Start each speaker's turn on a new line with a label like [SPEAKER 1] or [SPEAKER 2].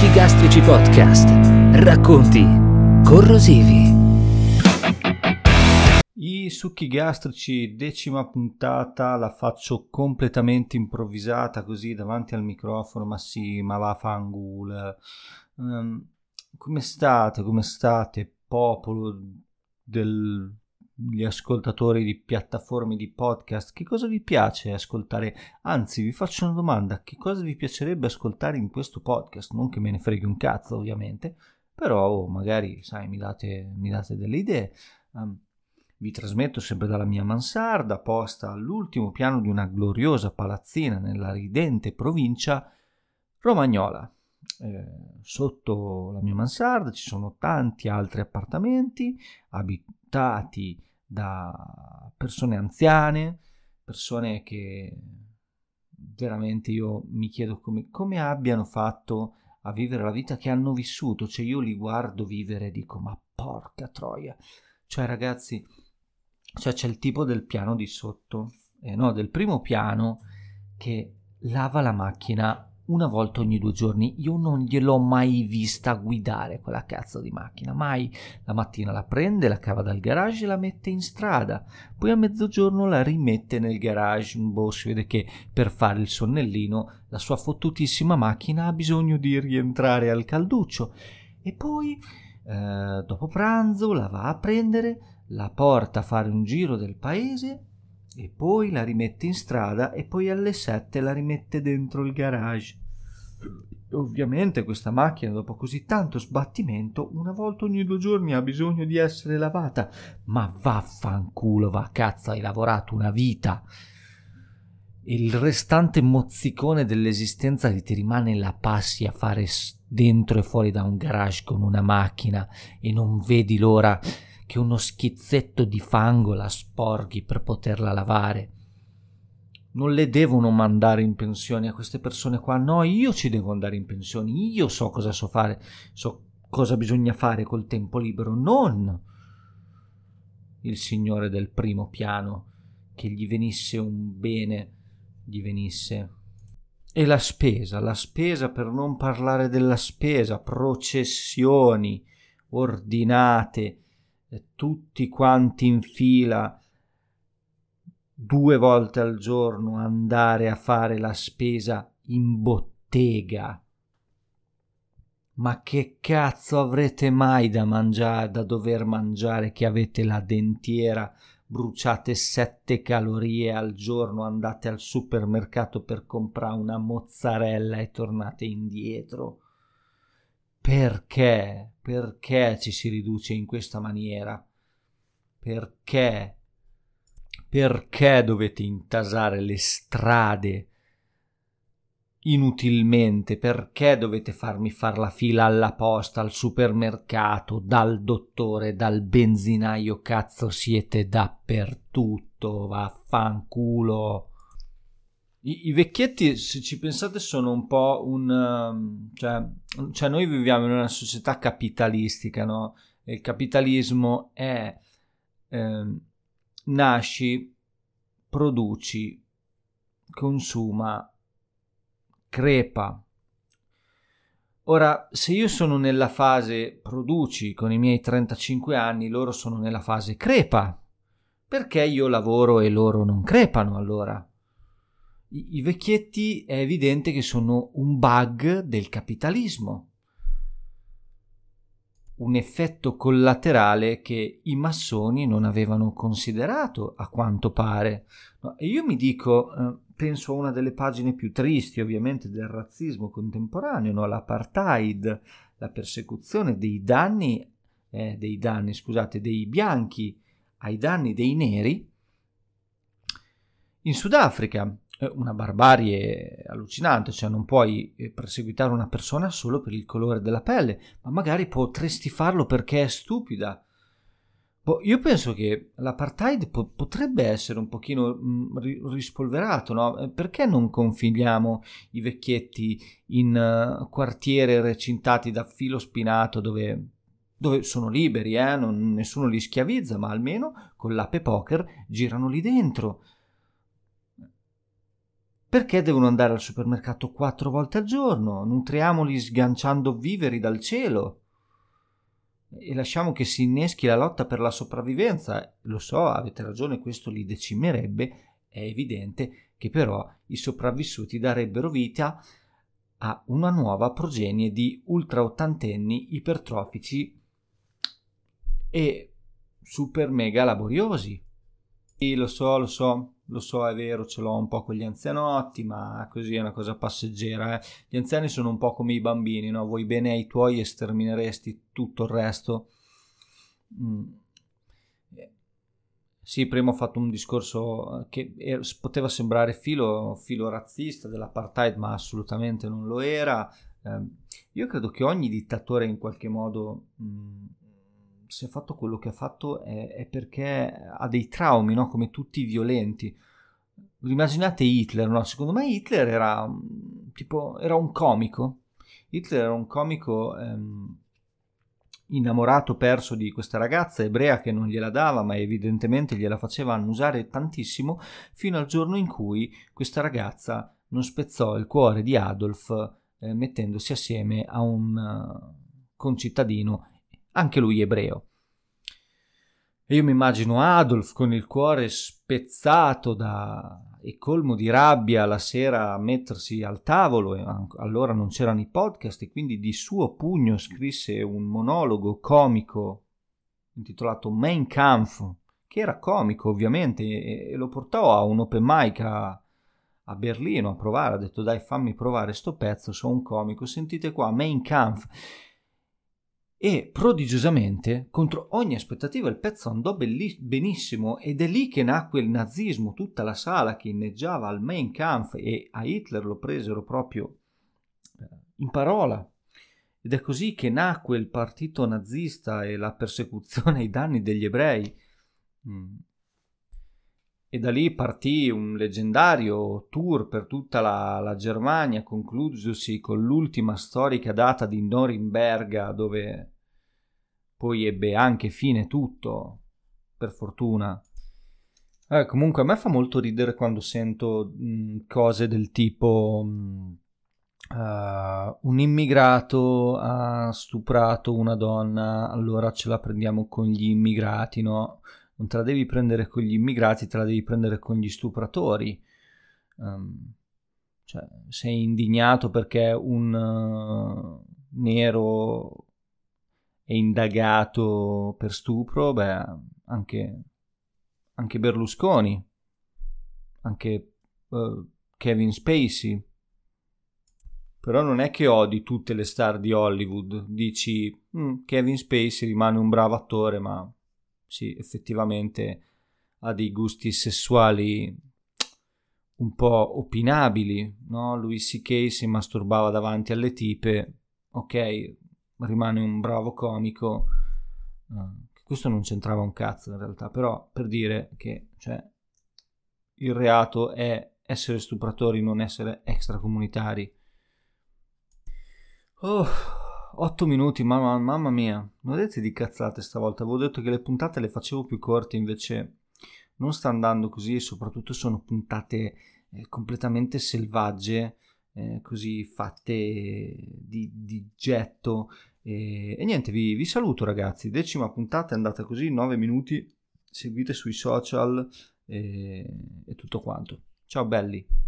[SPEAKER 1] Succhi Gastrici Podcast. Racconti corrosivi.
[SPEAKER 2] I succhi gastrici, 10ª puntata, la faccio completamente improvvisata così davanti al microfono, ma sì, ma vaffanculo. Come state, popolo degli ascoltatori di piattaforme di podcast? Che cosa vi piace ascoltare? Anzi, vi faccio una domanda: che cosa vi piacerebbe ascoltare in questo podcast? Non che me ne freghi un cazzo, ovviamente, però magari, sai, mi date delle idee. Vi trasmetto sempre dalla mia mansarda, posta all'ultimo piano di una gloriosa palazzina nella ridente provincia romagnola. Sotto la mia mansarda ci sono tanti altri appartamenti abitati da persone anziane, persone che veramente io mi chiedo come abbiano fatto a vivere la vita che hanno vissuto. Cioè, io li guardo vivere e dico: ma porca troia! Cioè, ragazzi, c'è il tipo del piano di sotto, del primo piano, che lava la macchina una volta ogni 2 giorni. Io non gliel'ho mai vista guidare quella cazzo di macchina, mai. La mattina la prende, la cava dal garage e la mette in strada, poi a mezzogiorno la rimette nel garage. Si vede che per fare il sonnellino la sua fottutissima macchina ha bisogno di rientrare al calduccio, e poi dopo pranzo la va a prendere, la porta a fare un giro del paese e poi la rimette in strada, e poi alle 7 la rimette dentro il garage. Ovviamente questa macchina, dopo così tanto sbattimento, una volta ogni 2 giorni ha bisogno di essere lavata. Ma vaffanculo, va cazzo, hai lavorato una vita. Il restante mozzicone dell'esistenza che ti rimane la passi a fare dentro e fuori da un garage con una macchina, e non vedi l'ora che uno schizzetto di fango la sporghi per poterla lavare. Non le devono mandare in pensione a queste persone qua, no, io ci devo andare in pensione, io so cosa so fare, so cosa bisogna fare col tempo libero, non il signore del primo piano, che gli venisse un bene, gli venisse. E la spesa, per non parlare della spesa, processioni ordinate, tutti quanti in fila 2 volte al giorno andare a fare la spesa in bottega. Ma che cazzo avrete mai da mangiare, da dover mangiare, che avete la dentiera, bruciate 7 calorie al giorno, andate al supermercato per comprare una mozzarella e tornate indietro? Perché? Perché ci si riduce in questa maniera? Perché? Perché dovete intasare le strade inutilmente? Perché dovete farmi far la fila alla posta, al supermercato, dal dottore, dal benzinaio? Cazzo, siete dappertutto, vaffanculo. I vecchietti, se ci pensate, sono un po' cioè noi viviamo in una società capitalistica, no? E il capitalismo è nasci, produci, consuma, crepa. Ora, se io sono nella fase produci con i miei 35 anni, loro sono nella fase crepa. Perché io lavoro e loro non crepano, allora? I vecchietti è evidente che sono un bug del capitalismo, un effetto collaterale che i massoni non avevano considerato, a quanto pare. E io mi dico, penso a una delle pagine più tristi, ovviamente, del razzismo contemporaneo, no? L'apartheid, la persecuzione dei bianchi ai danni dei neri in Sudafrica. Una barbarie allucinante, cioè non puoi perseguitare una persona solo per il colore della pelle, ma magari potresti farlo perché è stupida. Io penso che l'apartheid potrebbe essere un pochino rispolverato, no? Perché non confiniamo i vecchietti in quartieri recintati da filo spinato dove sono liberi, nessuno li schiavizza, ma almeno con l'ape poker girano lì dentro. Perché devono andare al supermercato 4 volte al giorno? Nutriamoli sganciando viveri dal cielo e lasciamo che si inneschi la lotta per la sopravvivenza. Lo so, avete ragione, questo li decimerebbe. È evidente che però i sopravvissuti darebbero vita a una nuova progenie di ultraottantenni ipertrofici e super mega laboriosi. Sì, lo so, è vero, ce l'ho un po' con gli anzianotti, ma così è una cosa passeggera. Gli anziani sono un po' come i bambini, no? Vuoi bene ai tuoi e stermineresti tutto il resto. Sì, prima ho fatto un discorso che poteva sembrare filo razzista dell'apartheid, ma assolutamente non lo era. Io credo che ogni dittatore in qualche modo, se ha fatto quello che ha fatto, è perché ha dei traumi, no? Come tutti i violenti. Immaginate Hitler, no? Secondo me Hitler era un comico. Hitler era un comico innamorato, perso di questa ragazza ebrea che non gliela dava, ma evidentemente gliela faceva annusare tantissimo, fino al giorno in cui questa ragazza non spezzò il cuore di Adolf mettendosi assieme a un concittadino, anche lui ebreo. E io mi immagino Adolf con il cuore spezzato e colmo di rabbia la sera a mettersi al tavolo, e allora non c'erano i podcast, e quindi di suo pugno scrisse un monologo comico intitolato Mein Kampf, che era comico ovviamente, e lo portò a un open mic a Berlino a provare. Ha detto: dai, fammi provare sto pezzo, sono un comico, sentite qua, Mein Kampf. E prodigiosamente, contro ogni aspettativa, il pezzo andò benissimo, ed è lì che nacque il nazismo. Tutta la sala che inneggiava al Mein Kampf, e a Hitler lo presero proprio in parola, ed è così che nacque il partito nazista e la persecuzione ai danni degli ebrei. E da lì partì un leggendario tour per tutta la Germania, conclusosi con l'ultima storica data di Norimberga, dove poi ebbe anche fine tutto, per fortuna. Comunque a me fa molto ridere quando sento cose del tipo un immigrato ha stuprato una donna, allora ce la prendiamo con gli immigrati. No, non te la devi prendere con gli immigrati, te la devi prendere con gli stupratori. Cioè, sei indignato perché un nero è indagato per stupro? Beh, anche Berlusconi, anche Kevin Spacey. Però non è che odi tutte le star di Hollywood. Dici Kevin Spacey rimane un bravo attore, ma sì, effettivamente ha dei gusti sessuali un po' opinabili, no? Louis C.K. si masturbava davanti alle tipe, ok, rimane un bravo comico. Questo non c'entrava un cazzo in realtà, però per dire che, cioè, il reato è essere stupratori, non essere extracomunitari. 8 minuti, mamma mia, non vedete di cazzate stavolta. Avevo detto che le puntate le facevo più corte, invece non sta andando così, e soprattutto sono puntate completamente selvagge, così fatte di getto. E niente, vi saluto ragazzi, 10ª puntata è andata così, 9 minuti, seguite sui social e tutto quanto. Ciao belli.